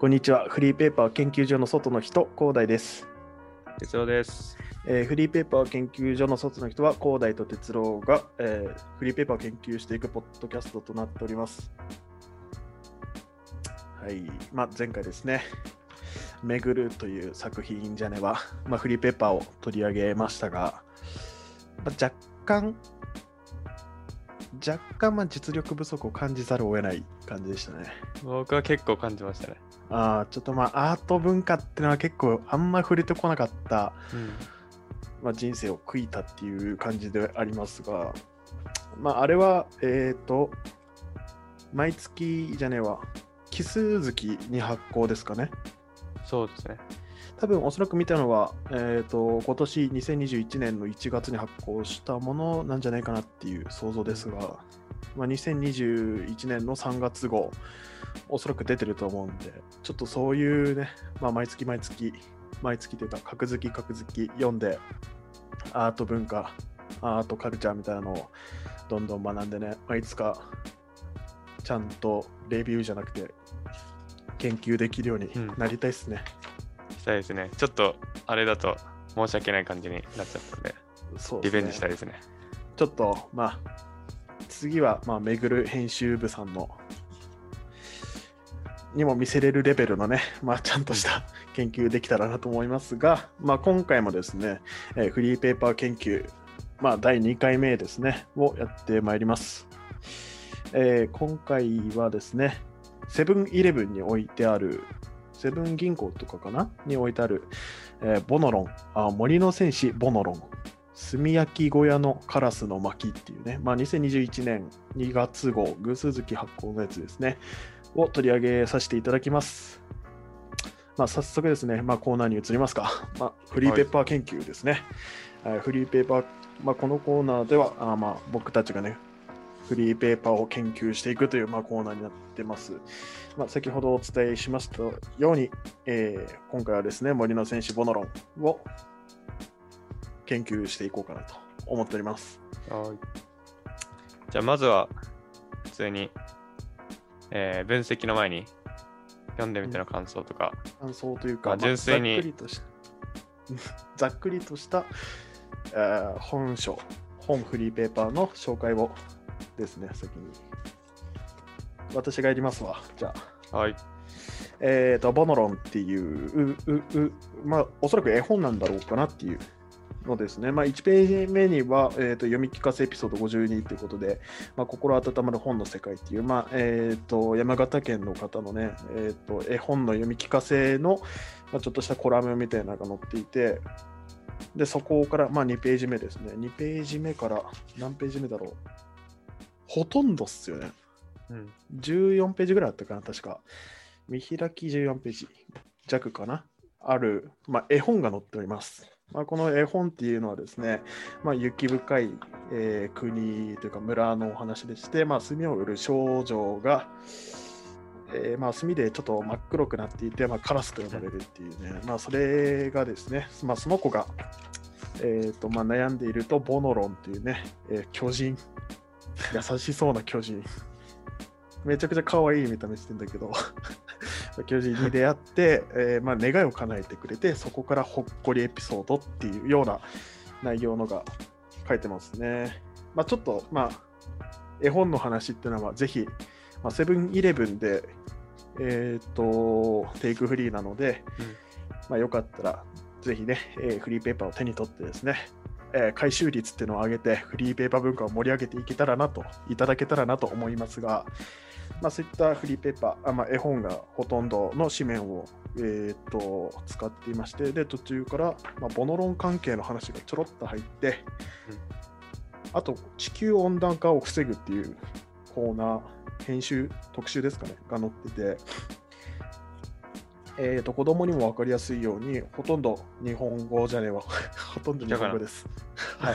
こんにちは。フリーペーパー研究所の外の人、広大です。 哲郎です。 フリーペーパー研究所の外の人は、広大と哲郎が、フリーペーパーを研究していくポッドキャストとなっております。はい。前回ですね、めぐるという作品じゃねば、フリーペーパーを取り上げましたが、若干実力不足を感じざるを得ない感じでしたね。 僕は結構感じましたね。 ちょっとアート文化っていうのは結構あんま触れてこなかった、人生を悔いたっていう感じでありますが、あれは毎月じゃねえわ、奇数月に発行ですかね。 そうですね。 多分おそらく見たのは、今年2021年の1月に発行したものなんじゃないかなっていう想像ですが、2021年の3月号おそらく出てると思うんで、ちょっとそういうね、毎月というか格付き読んでアート文化、アートカルチャーみたいなのをどんどん学んでね、いつかちゃんとレビューじゃなくて研究できるようになりたいですね。 したいですね。ちょっとあれだと申し訳ない感じになっちゃったので、リベンジしたいですね。 ちょっと次はめぐる編集部さんのにも見せれるレベルのね、ちゃんとした研究できたらなと思いますが、今回もですね、フリーペーパー研究、第2回目ですね、をやってまいります。今回はですね、セブンイレブンに置いてある、セブン銀行とかかなに置いてある、ボノロン、森の戦士ボノロン、炭焼き小屋のカラスの巻っていうね、2021年2月号、偶数月発行のやつですね、を取り上げさせていただきます。早速ですね、コーナーに移りますか。フリーペーパー研究ですね。フリーペーパー、このコーナーでは僕たちがね、フリーペーパーを研究していくという、コーナーになってます。先ほどお伝えしましたように、今回はですね、森の戦士ボノロンを研究していこうかなと思っております。 じゃあまずは普通に、分析の前に読んでみての感想とか、 感想というか、 純粋にざっくりとした、本フリーペーパーの紹介をですね、先に私がやりますわ。じゃあ、 はい。 ボノロンっていうおそらく絵本なんだろうかなっていうのですね。1ページ目には、読み聞かせエピソード52ということで、心温まる本の世界っていう、山形県の方のね、絵本の読み聞かせの、ちょっとしたコラムみたいなのが載っていて、でそこから、2ページ目ですね。2ページ目から何ページ目だろう。ほとんどっすよね。14ページぐらいあったかな、確か。見開き14ページ弱かな。ある、絵本が載っております。この絵本っていうのはですね、雪深い、国というか村のお話でして、炭を売る少女が、炭でちょっと真っ黒くなっていて、カラスと呼ばれるっていうね、それがですね、その子が、悩んでいるとボノロンっていうね、巨人、優しそうな巨人、めちゃくちゃ可愛い見た目してんだけど巨人に出会って、願いを叶えてくれて、そこからほっこりエピソードっていうような内容のが書いてますね。ちょっと絵本の話っていうのはぜひ、セブンイレブンでテイクフリーなので、よかったらぜひね、フリーペーパーを手に取ってですね、回収率っていうのを上げてフリーペーパー文化を盛り上げていただけたらなと思いますが、そういったフリーペーパー、絵本がほとんどの紙面を、使っていまして、で途中から、ボノロン関係の話がちょろっと入って、あと地球温暖化を防ぐっていうコーナー、編集特集ですかねが載ってて、子供にも分かりやすいようにほとんど日本語じゃねえわほとんど日本語ですはい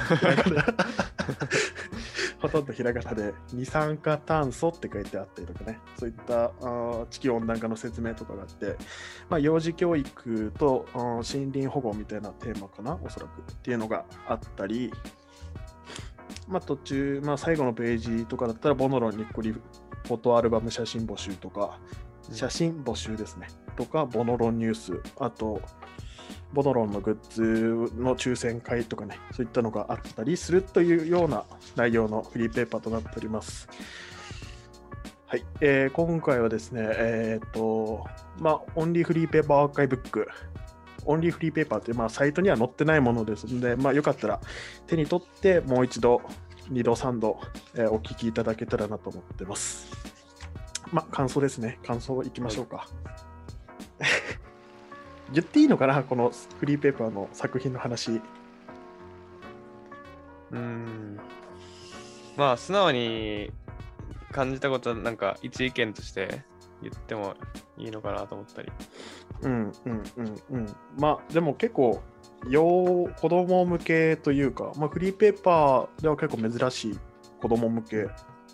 ほとんどひらがなで二酸化炭素って書いてあったりとかね、そういった地球温暖化の説明とかがあって、幼児教育と森林保護みたいなテーマかな、おそらくっていうのがあったり、途中、最後のページとかだったらボノロンにっこりフォトアルバム写真募集とか、写真募集ですね。 とか、ボノロンニュース、あと、ボノロンのグッズの抽選会とかね、そういったのがあったりするというような内容のフリーペーパーとなっております。はい、今回はですね、オンリーフリーペーパーアーカイブック、オンリーフリーペーパーってサイトには載ってないものですので、よかったら手に取ってもう一度、2度、3度、お聞きいただけたらなと思ってます。感想ですね。感想いきましょうか。言っていいのかな、このフリーペーパーの作品の話。 素直に感じたことなんか一意見として言ってもいいのかなと思ったり。 でも結構子供向けというか、フリーペーパーでは結構珍しい子供向け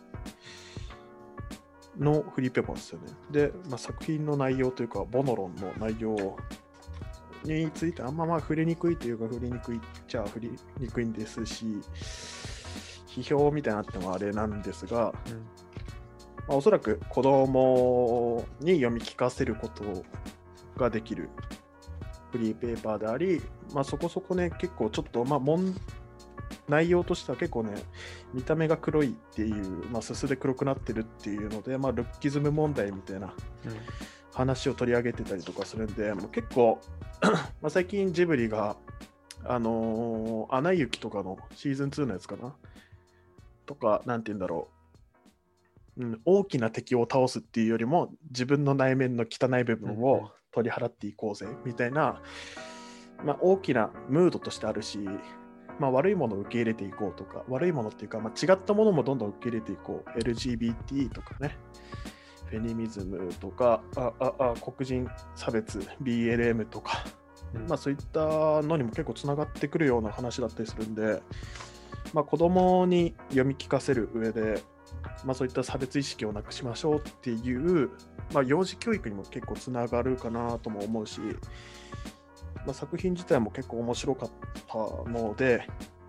のフリーペーパーですよね。で、作品の内容というか、ボノロンの内容についてあんま触れにくいというか、触れにくいっちゃ触れにくいんですし、批評みたいになってもあれなんですが、おそらく子供に読み聞かせることができるフリーペーパーであり、そこそこね、結構ちょっと内容としては結構ね、見た目が黒いっていう、すすで黒くなってるっていうので、ルッキズム問題みたいな話を取り上げてたりとかするんで、結構最近ジブリがアナ雪とかのシーズン2のやつかなとか、なんて言うんだろう、大きな敵を倒すっていうよりも自分の内面の汚い部分を取り払っていこうぜみたいな、大きなムードとしてあるし、悪いものを受け入れていこうとか、悪いものっていうか、違ったものもどんどん受け入れていこう、 LGBT とかね、フェニミズムとか、黒人差別 BLM とか、そういったのにも結構つながってくるような話だったりするんで、子供に読み聞かせる上で、そういった差別意識をなくしましょうっていう、幼児教育にも結構つながるかなとも思うし、作品自体も結構面白かったので、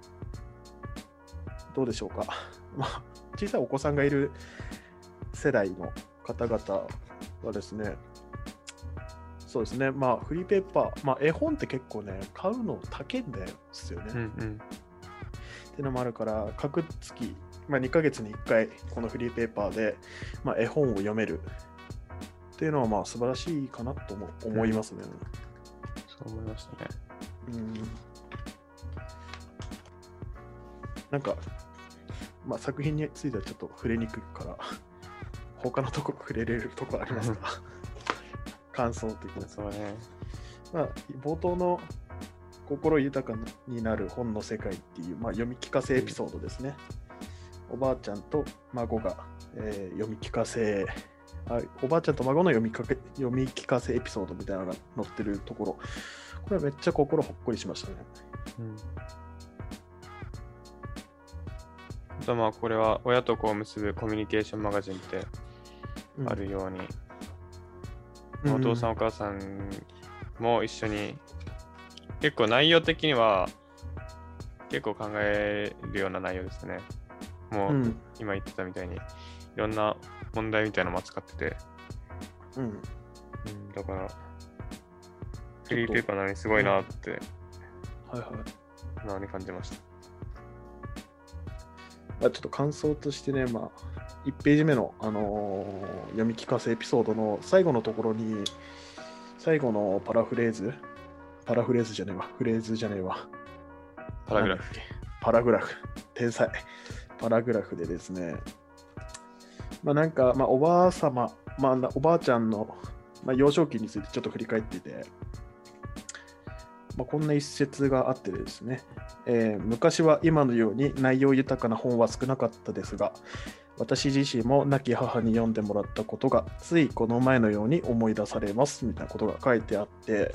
どうでしょうか。小さいお子さんがいる世代の方々はですね、そうですね、フリーペーパー、絵本って結構ね、買うの高いんですよね。っていうのもあるから、各月、2ヶ月に1回、このフリーペーパーで、絵本を読めるっていうのは、素晴らしいかなとも思いますね。 そう思いましたね。 なんか、作品についてはちょっと触れにくいから、他のとこ触れれるとこありますか？感想的な。 そうね。 冒頭の心豊かになる本の世界っていう、読み聞かせエピソードですね。おばあちゃんと孫が、読み聞かせ、おばあちゃんと孫の読み聞かせエピソードみたいなのが載ってるところ、これはめっちゃ心ほっこりしましたね。 これは親と子を結ぶコミュニケーションマガジンってあるように、お父さんお母さんも一緒に、結構内容的には結構考えるような内容ですね。もう今言ってたみたいにいろんな問題みたいなのも扱ってて、だからフリーペーパーなのにすごいなって感じました。 ちょっと感想としてね、1ページ目の、読み聞かせエピソードの最後のところに、最後のパラフレーズじゃねえわ。パラグラフ。天才。パラグラフでですね、おばあ様、おばあちゃんの、幼少期についてちょっと振り返っていて、こんな一節があってですね、昔は今のように内容豊かな本は少なかったですが、私自身も亡き母に読んでもらったことがついこの前のように思い出されますみたいなことが書いてあって、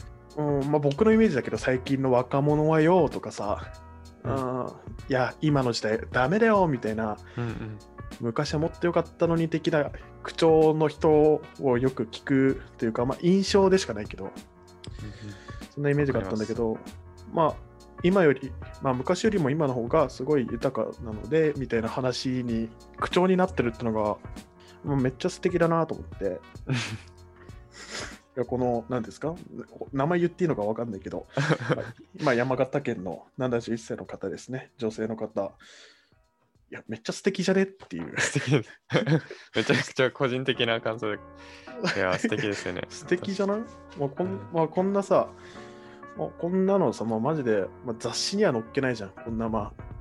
僕のイメージだけど、最近の若者はよとかさ、いや今の時代ダメだよみたいな、昔はもっと良かったのに的な口調の人をよく聞くというか、印象でしかないけど、そんなイメージがあったんだけど、今より、昔よりも今の方がすごい豊かなのでみたいな話に口調になってるってのが、めっちゃ素敵だなと思ってやこの何ですか、名前言っていいのか分かんないけど、まあ、山形県の71歳の方ですね、女性の方。いや、めっちゃ素敵じゃねっていう。 素敵です。めちゃくちゃ個人的な感想で。いや、素敵ですよね。 素敵じゃない？まあ、こんなさ、こんなのさ、マジで、雑誌には載っけないじゃん。こんな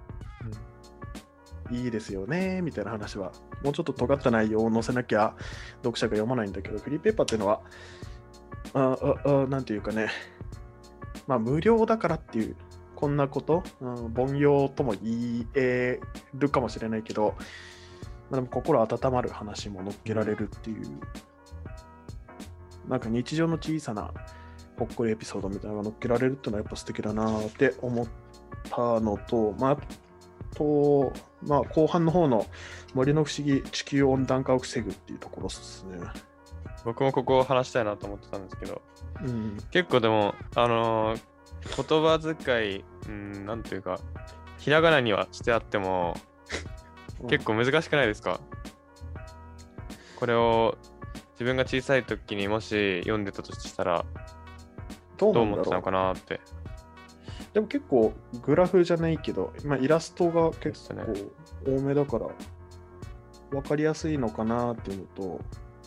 いいですよね、みたいな話は。もうちょっと尖った内容を載せなきゃ読者が読まないんだけど、フリーペーパーっていうのは、なんていうかね、無料だからっていう、こんなこと、凡庸とも言えるかもしれないけど、でも心温まる話も載っけられるっていう、なんか日常の小さなほっこりエピソードみたいなのが載っけられるっていうのはやっぱ素敵だなって思ったのと、後半の方の森の不思議、地球温暖化を防ぐっていうところですね。 僕もここを話したいなと思ってたんですけど、結構でも、言葉遣い、なんていうか、ひらがなにはしてあっても、結構難しくないですか？これを自分が小さい時にもし読んでたとしたら、どう思ってたのかなって。 でも結構グラフじゃないけど、イラストが結構多めだから分かりやすいのかなっていうのと、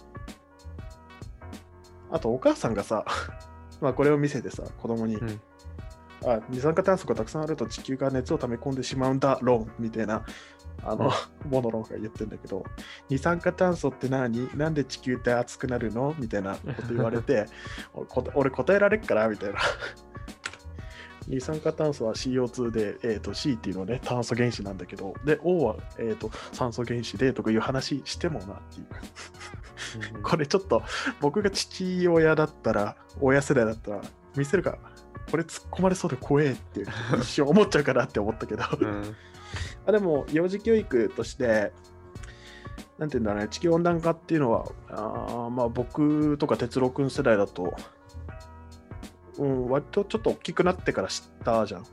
あとお母さんがさこれを見せてさ子供に、二酸化炭素がたくさんあると地球が熱を溜め込んでしまうんだ論みたいなモノロンが言ってんだけど、二酸化炭素ってなんで地球って熱くなるのみたいなこと言われて俺答えられっからみたいな二酸化炭素は CO2 で、C っていうのはね炭素原子なんだけど、で O は、酸素原子でとかいう話してもなっていうこれちょっと僕が父親だったら親世代だったら見せるかこれ突っ込まれそうで怖えって一瞬思っちゃうかなって思ったけど、でも幼児教育としてなんていうんだろうね、地球温暖化っていうのは僕とか哲郎君世代だと、割とちょっと大きくなってから知ったじゃん。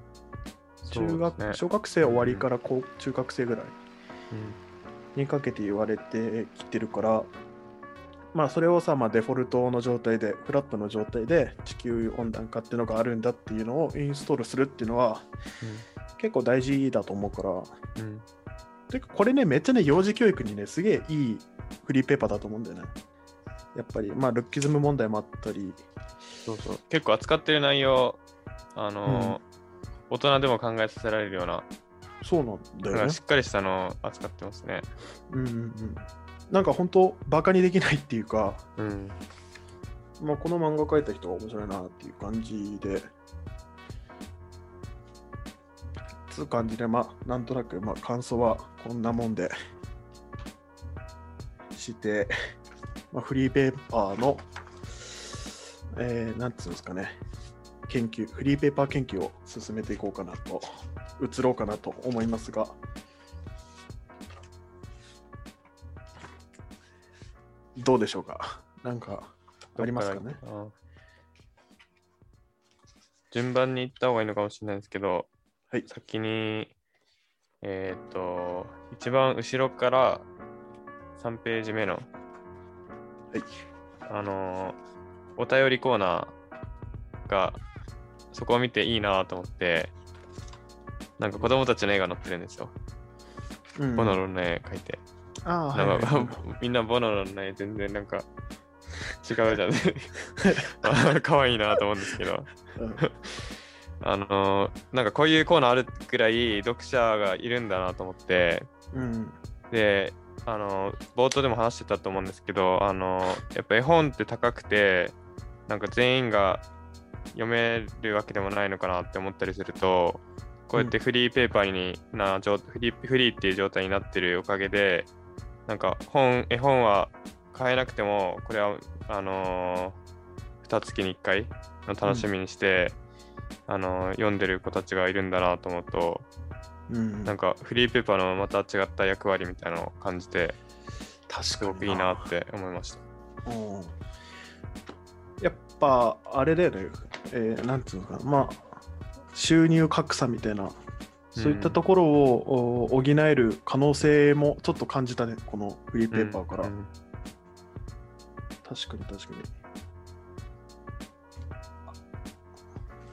小学生終わりから中学生ぐらいにかけて言われてきてるから、それをさ、デフォルトの状態でフラットの状態で地球温暖化っていうのがあるんだっていうのをインストールするっていうのは、結構大事だと思うから、てかこれねめっちゃね幼児教育にねすげえいいフリーペーパーだと思うんだよね。やっぱりルッキズム問題もあったり、 結構扱ってる内容大人でも考えさせられるような、 そうなんだよね、 しっかりしたのを扱ってますね。 なんか本当バカにできないっていうか、この漫画描いた人が面白いなっていう感じでつう感じで、なんとなく感想はこんなもんでして、フリーペーパーのなんつうんですかね、フリーペーパー研究を進めていこうかなと移ろうかなと思いますが、どうでしょうか。なんかありますかね。 順番に行った方がいいのかもしれないですけど、先に一番後ろから3ページ目の、お便りコーナーがそこを見ていいなと思って、なんか子供たちの絵が載ってるんですよ。ボノロンの絵描いて。みんなボノロンの絵全然なんか違うじゃん。可愛いなと思うんですけど。なんかこういうコーナーあるくらい読者がいるんだなと思って、で、冒頭でも話してたと思うんですけど、やっぱ絵本って高くて、なんか全員が読めるわけでもないのかなって思ったりすると、こうやってフリーペーパーフリーっていう状態になってるおかげで、なんか絵本は買えなくても、これは2月に1回の楽しみにして、読んでる子たちがいるんだなと思うと、なんかフリーペーパーのまた違った役割みたいなのを感じて、すごくいいなって思いました。 やっぱあれだよね、なんつうのかな、収入格差みたいな、そういったところを補える可能性もちょっと感じたね、このフリーペーパーから。確かに。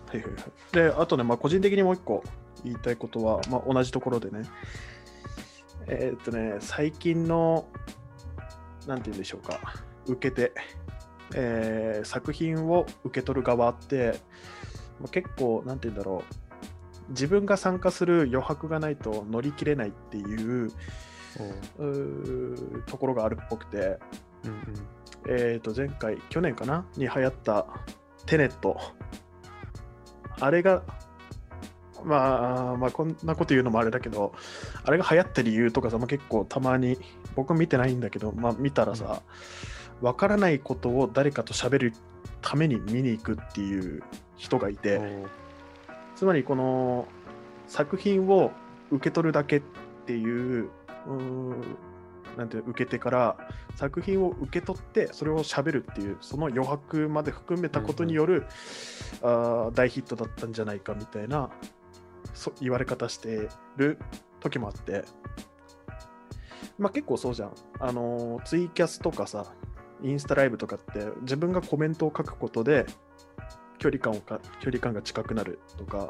はいはいはい。で、あとね、まあ、個人的にもう一個言いたいことは、まあ、同じところでね、最近の、なんて言うんでしょうか、受け手、作品を受け取る側って、まあ、結構、なんて言うんだろう、自分が参加する余白がないと乗り切れないっていうところがあるっぽくて、前回、去年かなに流行ったテネット。あれが、まあ、こんなこと言うのもあれだけど、あれが流行った理由とかさ、まあ、結構たまに、僕見てないんだけど、まあ、見たらさ、わからないことを誰かと喋るために見に行くっていう人がいて、つまりこの作品を受け取るだけっていう、なんていう受け手から作品を受け取ってそれを喋るっていうその余白まで含めたことによる、大ヒットだったんじゃないかみたいな言われ方してる時もあって、まあ結構そうじゃん。ツイキャスとかさ、インスタライブとかって自分がコメントを書くことで距離感が近くなるとか、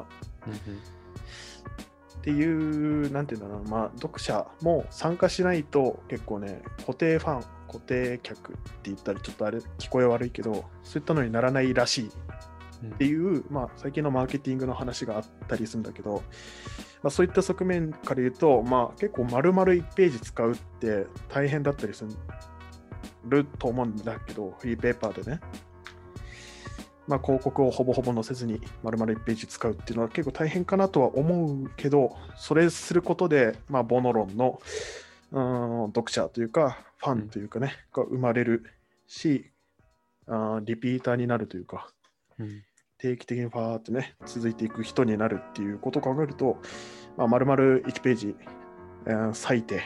っていうなんていうんだろうな、まあ読者も参加しないと結構ね、固定ファン、固定客って言ったらちょっとあれ聞こえ悪いけど、そういったのにならないらしいっていう、まあ最近のマーケティングの話があったりするんだけど、まあ、そういった側面から言うと、まあ結構丸々1ページ使うって大変だったりすると思うんだけど、フリーペーパーでね。まあ、広告をほぼほぼ載せずに丸々1ページ使うっていうのは結構大変かなとは思うけど、それすることで、まあ、ボノロンの読者というかファンというかね、が生まれるし、リピーターになるというか、定期的にファーってね続いていく人になるっていうことを考えると、まあ、丸々1ページ、割いて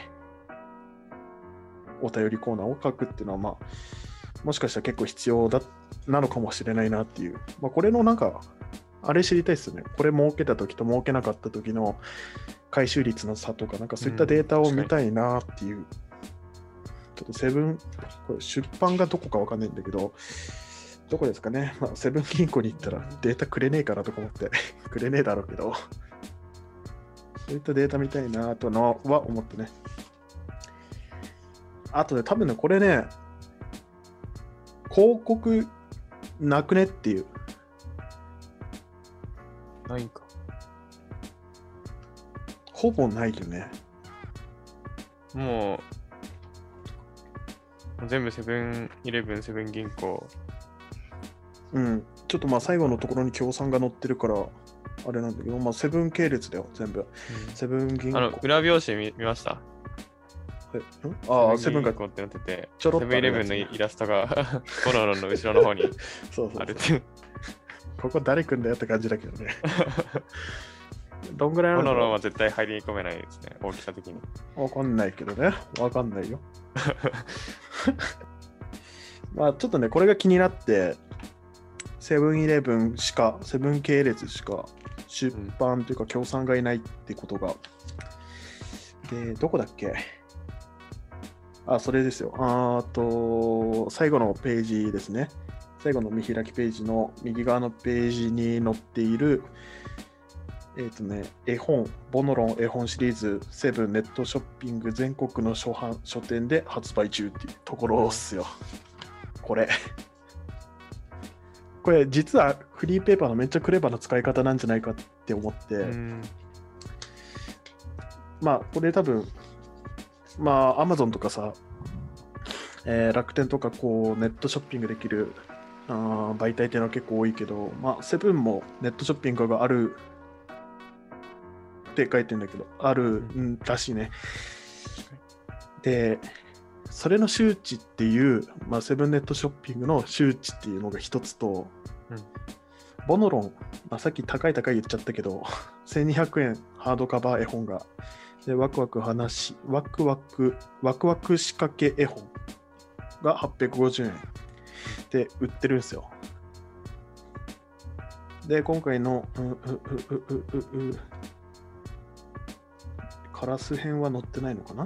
お便りコーナーを書くっていうのは、まあもしかしたら結構必要なのかもしれないなっていう。まあ、これのなんか、あれ知りたいですよね。これ儲けた時と儲けなかった時の回収率の差とか、なんかそういったデータを見たいなっていう。ちょっとこれ出版がどこかわかんないんだけど、どこですかね。まあ、セブン銀行に行ったらデータくれねえかなとか思って、くれねえだろうけど、そういったデータ見たいなとは思ってね。あとね、多分ね、これね、広告なくねっていう。 ないんか。 ほぼないよね。 もう全部セブンイレブン、セブン銀行。 ちょっとまあ最後のところに協賛が載ってるからあれなんだけど、まあセブン系列だよ、全部。セブン銀行。 裏表紙見ました？ セブンがこうってなってて、 ちょろっとセブンイレブンのイラストがボノロンの後ろの方にあるって。 ここ誰くんだよって感じだけどね。どんぐらいあるの？ ボノロンは絶対入り込めないですね、大きさ的に。 わかんないけどね。わかんないよ。まあちょっとね、これが気になって、セブンイレブンしか、セブン系列しか出版というか協賛がいないってことが。で、どこだっけ？それですよ。最後のページですね。最後の見開きページの右側のページに載っている、絵本、ボノロン絵本シリーズ、セブンネットショッピング全国の書店で発売中っていうところっすよ。これ実はフリーペーパーのめっちゃクレバーな使い方なんじゃないかって思って、まあこれ多分まあ Amazon とかさ、楽天とかこうネットショッピングできる媒体っていうのは結構多いけど、まあセブンもネットショッピングがあるって書いてるんだけど、あるらしいね。で、それの周知っていう、まあ、セブンネットショッピングの周知っていうのが一つと、ボノロン、まあ、さっき高い言っちゃったけど、1200円ハードカバー絵本が、でワクワク仕掛け絵本が850円で売ってるんですよ。で、今回のカラス編は載ってないのかな？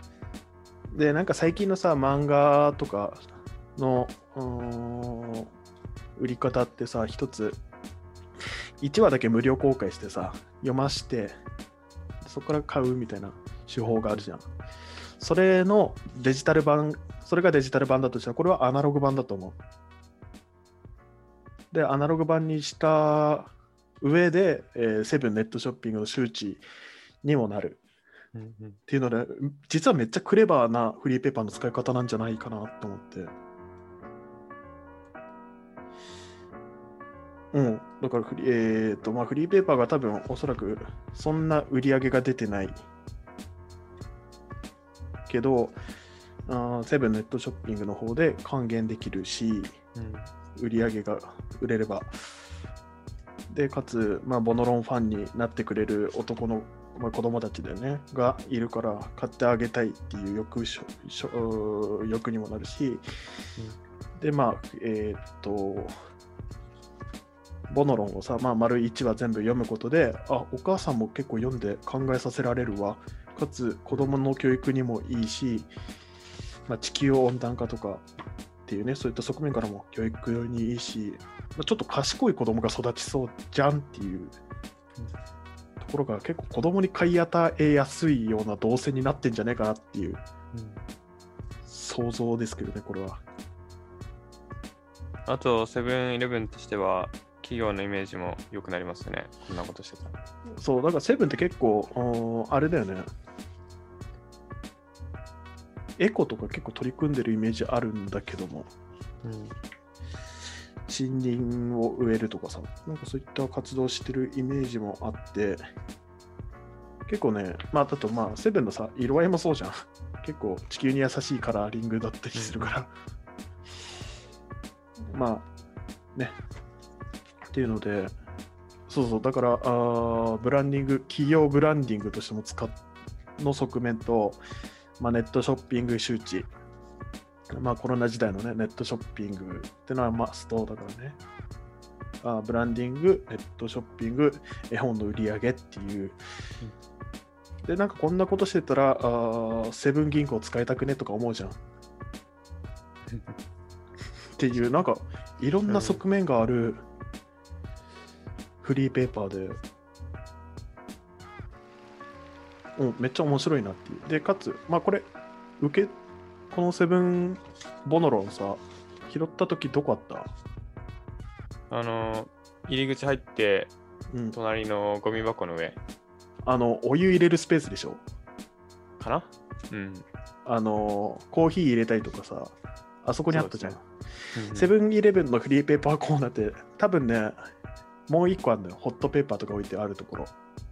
で、なんか最近のさ、漫画とかの売り方ってさ、一つ1話だけ無料公開してさ、読ましてそこから買うみたいな手法があるじゃん。それのデジタル版、それがデジタル版だとしたら、これはアナログ版だと思う。で、アナログ版にした上で、セブンネットショッピングの周知にもなるっていうので、実はめっちゃクレバーなフリーペーパーの使い方なんじゃないかなと思って。だからフリーペーパーが多分おそらくそんな売り上げが出てないけど、セブンネットショッピングの方で還元できるし、売り上げが売れれば。で、かつ、ボノロンファンになってくれる男の、子供たちだよね、がいるから買ってあげたいっていう欲にもなるし、で、ボノロンをさ、丸1話全部読むことで、お母さんも結構読んで考えさせられるわ。かつ、子供の教育にもいいし、地球温暖化とかっていうね、そういった側面からも教育にいいし、ちょっと賢い子供が育ちそうじゃんっていうところが結構子供に買い与えやすいような動線になってんじゃねえかなっていう想像ですけどね、これは。 あと、セブンイレブンとしては、企業のイメージも良くなりますよね、こんなことしてたら。 そう、だからセブンって結構、あれだよね。エコとか結構取り組んでるイメージあるんだけども、森林を植えるとかさ、なんかそういった活動してるイメージもあって、結構ね、あとセブンのさ、色合いもそうじゃん。結構地球に優しいカラーリングだったりするから。ね。っていうので、そう、だから、ブランディング、企業ブランディングとしてもの側面と、ネットショッピング周知。コロナ時代のね、ネットショッピングってのはマストだからね。ブランディング、ネットショッピング、絵本の売り上げっていう。で、なんかこんなことしてたら、セブン銀行使いたくねとか思うじゃん。っていう、なんかいろんな側面があるフリーペーパーで、めっちゃ面白いなっていう。で、かつ、これ、このセブンボノロンさ、拾ったときどこあった？ 入り口入って、隣のゴミ箱の上。 お湯入れるスペースでしょ？ かな？ コーヒー入れたりとかさ、あそこにあったじゃん。セブンイレブンのフリーペーパーコーナーって、多分ね、もう一個あるんだよ。ホットペーパーとか置いてあるところ。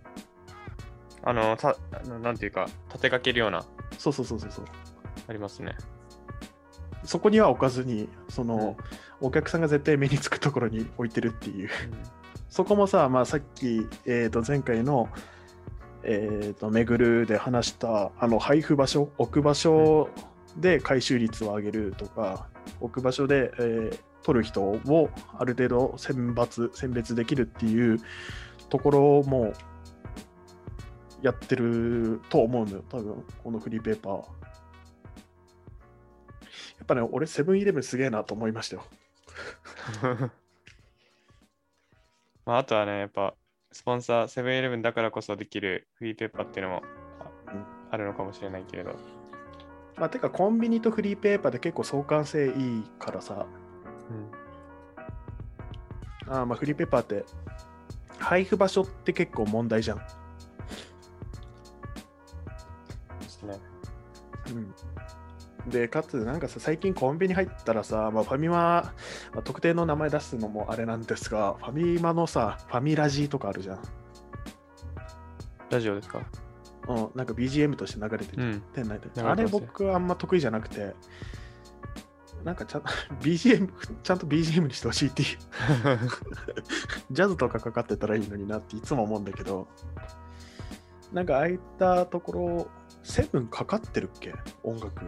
なんていうか、立てかけるような。 そう。 ありますね。 そこには置かずに、お客さんが絶対目につくところに置いてるっていう。そこもさ、さっき、前回の、めぐるで話した、配布場所、置く場所で回収率を上げるとか、置く場所で、取る人をある程度選別できるっていうところもやってると思うのよ、多分、このフリーペーパー。やっぱね、俺、セブンイレブンすげえなと思いましたよ。 あとはね、やっぱ、スポンサー、セブンイレブンだからこそできるフリーペーパーっていうのもあるのかもしれないけれど。 てか、コンビニとフリーペーパーで結構相関性いいからさ。フリーペーパーって、配布場所って結構問題じゃん。 ですね。 で、かつ、なんかさ、最近コンビニ入ったらさ、ファミマ、特定の名前出すのもあれなんですが、ファミマのさ、ファミラジとかあるじゃん。 ラジオですか？ なんか BGM として流れてる、店内で。あれ僕はあんま得意じゃなくて、なんかちゃんと BGM にしてほしいっていうジャズとかかかってたらいいのになっていつも思うんだけど、なんかああいったところ、セブンかかってるっけ？音楽。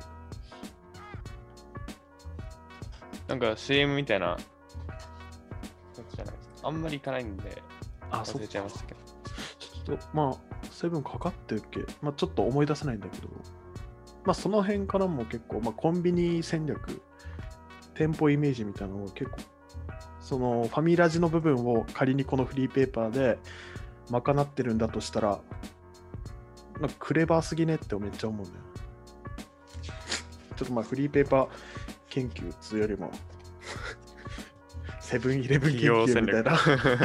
なんか CM みたいなじゃないですか。あんまり行かないんで忘れちゃいましたけど。 ちょっとセブンかかってるっけ？ちょっと思い出せないんだけど、その辺からも結構、コンビニ戦略、店舗イメージみたいなのを結構そのファミラジの部分を仮にこのフリーペーパーで賄ってるんだとしたら、なんかクレバーすぎねってめっちゃ思うんだよ。ちょっとまあフリーペーパー研究つうよりもセブンイレブン研究みたいな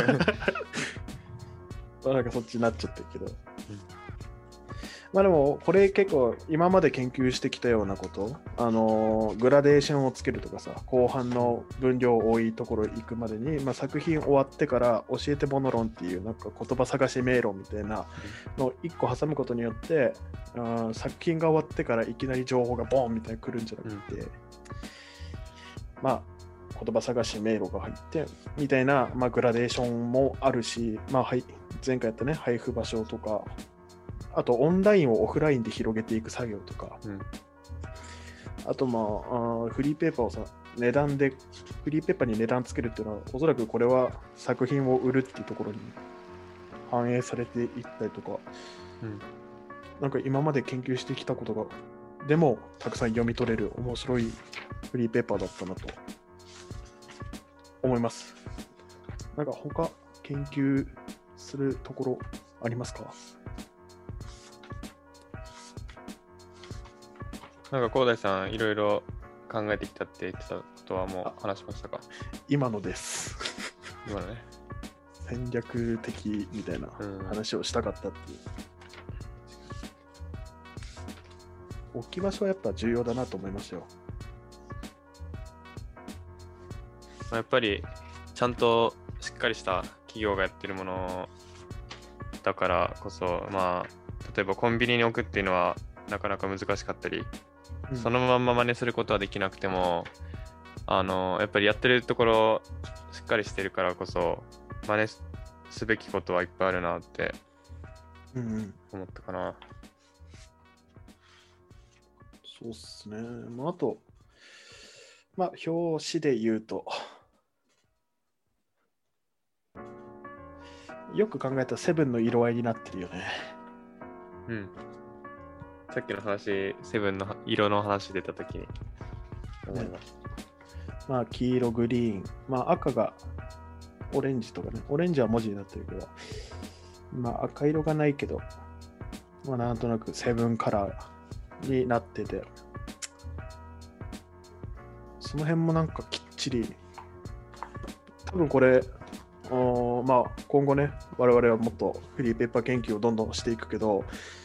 なんかそっちになっちゃってるけど、まあでもこれ結構今まで研究してきたようなこと、グラデーションをつけるとかさ、後半の分量多いところ行くまでに、まあ、作品終わってから教えてボノロンっていうなんか言葉探し迷路みたいなのを1個挟むことによって、作品が終わってからいきなり情報がボーンみたいに来るんじゃなくて、まあ言葉探し迷路が入ってみたいな、まあ、グラデーションもあるし、まあはい、前回やったね配布場所とか、あとオンラインをオフラインで広げていく作業とか、あとまあフリーペーパーをさ値段でフリーペーパーに値段つけるっていうのはおそらくこれは作品を売るっていうところに反映されていったりとか、なんか今まで研究してきたことがでもたくさん読み取れる面白いフリーペーパーだったなと思います。なんか他研究するところありますか？ なんか広大さんいろいろ考えてきたって言ってたことはもう話しましたか？ 今のです今のね、 戦略的みたいな話をしたかったっていう、置き場所はやっぱ重要だなと思いましたよ。 やっぱりちゃんとしっかりした企業がやってるものだからこそ、まあ例えばコンビニに置くっていうのはなかなか難しかったり、そのまんま真似することはできなくても、やっぱりやってるところしっかりしてるからこそ真似すべきことはいっぱいあるなって思ったかな。 そうっすね。まあ、あと、まあ、表紙で言うと、よく考えたらセブンの色合いになってるよね。 さっきの話、セブンの色の話出たときに思いました。 まあ、黄色、グリーン、まあ、赤がオレンジとかね。オレンジは文字になってるけど、まあ、赤色がないけど、まあ、なんとなくセブンカラーになってて、その辺もなんかきっちり、多分これ、まあ、今後ね、我々はもっとフリーペーパー研究をどんどんしていくけど、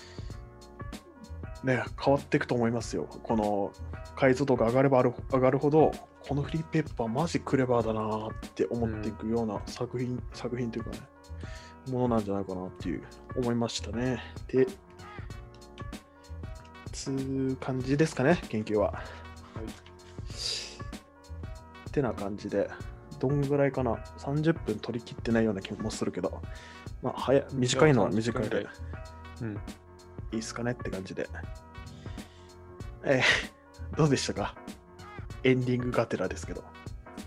ね、変わっていくと思いますよ。この解像度が上がれば上がるほど、このフリーペーパーマジクレバーだなって思っていくような作品というかね、ものなんじゃないかなっていう思いましたね。で、つう感じですかね、研究は。ってな感じで、どんぐらいかな、30分取り切ってないような気もするけど、まあ、短いのは短いで、いいっすかねって感じで。どうでしたか？エンディングがてらですけど。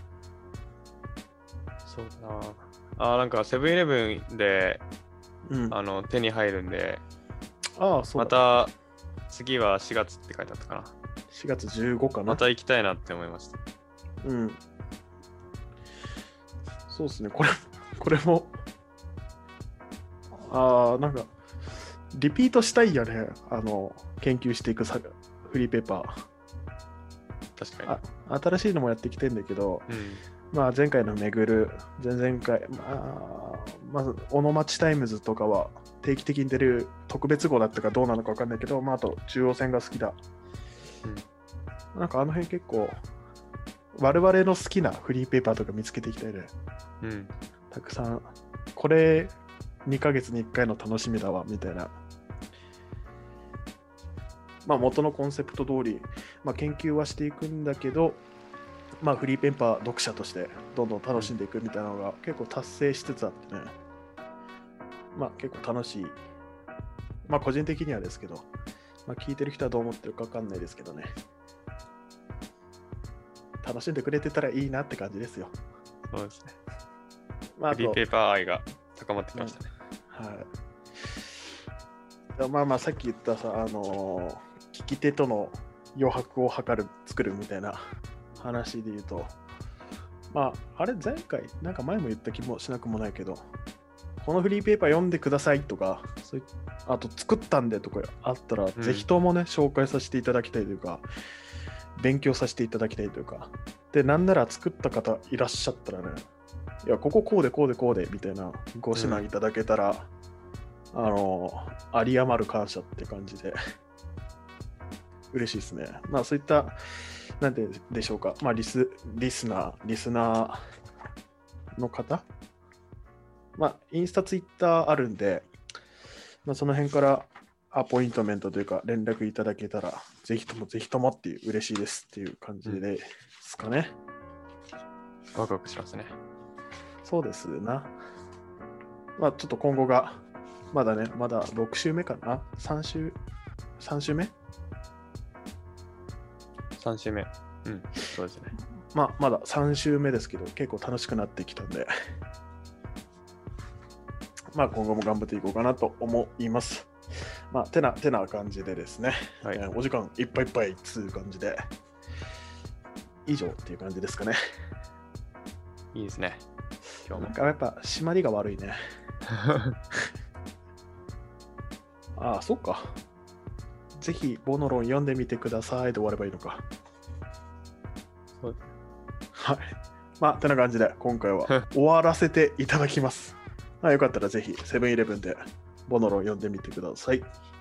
そうだな。なんかセブンイレブンで、手に入るんで、 そうまた次は4月って書いてあったかな。 4月15かな。 また行きたいなって思いました。 そうですね。これも、なんか、リピートしたいよね。研究していくフリーペーパー。 確かに。新しいのもやってきてんだけど、まあ前回の巡る、前々回、まず、オノマチタイムズとかは定期的に出る特別号だったかどうなのか分かんないけど、まああと中央線が好きだ。なんかあの辺結構、我々の好きなフリーペーパーとか見つけていきたいね。たくさん、これ2ヶ月に1回の楽しみだわ、みたいな。まあ元のコンセプト通り、まあ研究はしていくんだけど、まあフリーペーパー読者としてどんどん楽しんでいくみたいなのが結構達成しつつあってね。まあ結構楽しい。まあ個人的にはですけど、まあ聞いてる人はどう思ってるか分かんないですけどね。楽しんでくれてたらいいなって感じですよ。 そうですね。 まあ、 フリーペーパー愛が高まってきましたね。 まあまあさっき言ったさ、聞き手との余白を作るみたいな話で言うと、 まあ、あれ前回、なんか前も言った気もしなくもないけど、このフリーペーパー読んでくださいとか、あと作ったんでとかあったら、ぜひともね、紹介させていただきたいというか、勉強させていただきたいというか、で、なんなら作った方いらっしゃったらね、いや、こここうでこうでこうでみたいなご指南いただけたら、有り余る感謝って感じで、嬉しいですね。まあ、そういった、なんてでしょうか、まあ、リスナーの方、まあ、インスタ、ツイッターあるんで、まあ、その辺からアポイントメントというか連絡いただけたら、ぜひともっていう嬉しいですっていう感じですかね。 ワクワクしますね。 そうですな。まあちょっと今後が、まだ6週目かな ?3 週目 ?3 週目。うん、そうですね。 まあまだ3週目ですけど、結構楽しくなってきたんで、まあ今後も頑張っていこうかなと思います。まあてな感じでですね、 はい、 お時間いっぱいっつう感じで、以上っていう感じですかね。 いいですね。今日も。 なんかやっぱ締まりが悪いね。ああ、そっか。ぜひ、ボノロン読んでみてくださいで終わればいいのか。 そう。 はい。まあ、てな感じで、今回は終わらせていただきます。まあ、よかったらぜひ、セブンイレブンでボノロン読んでみてください。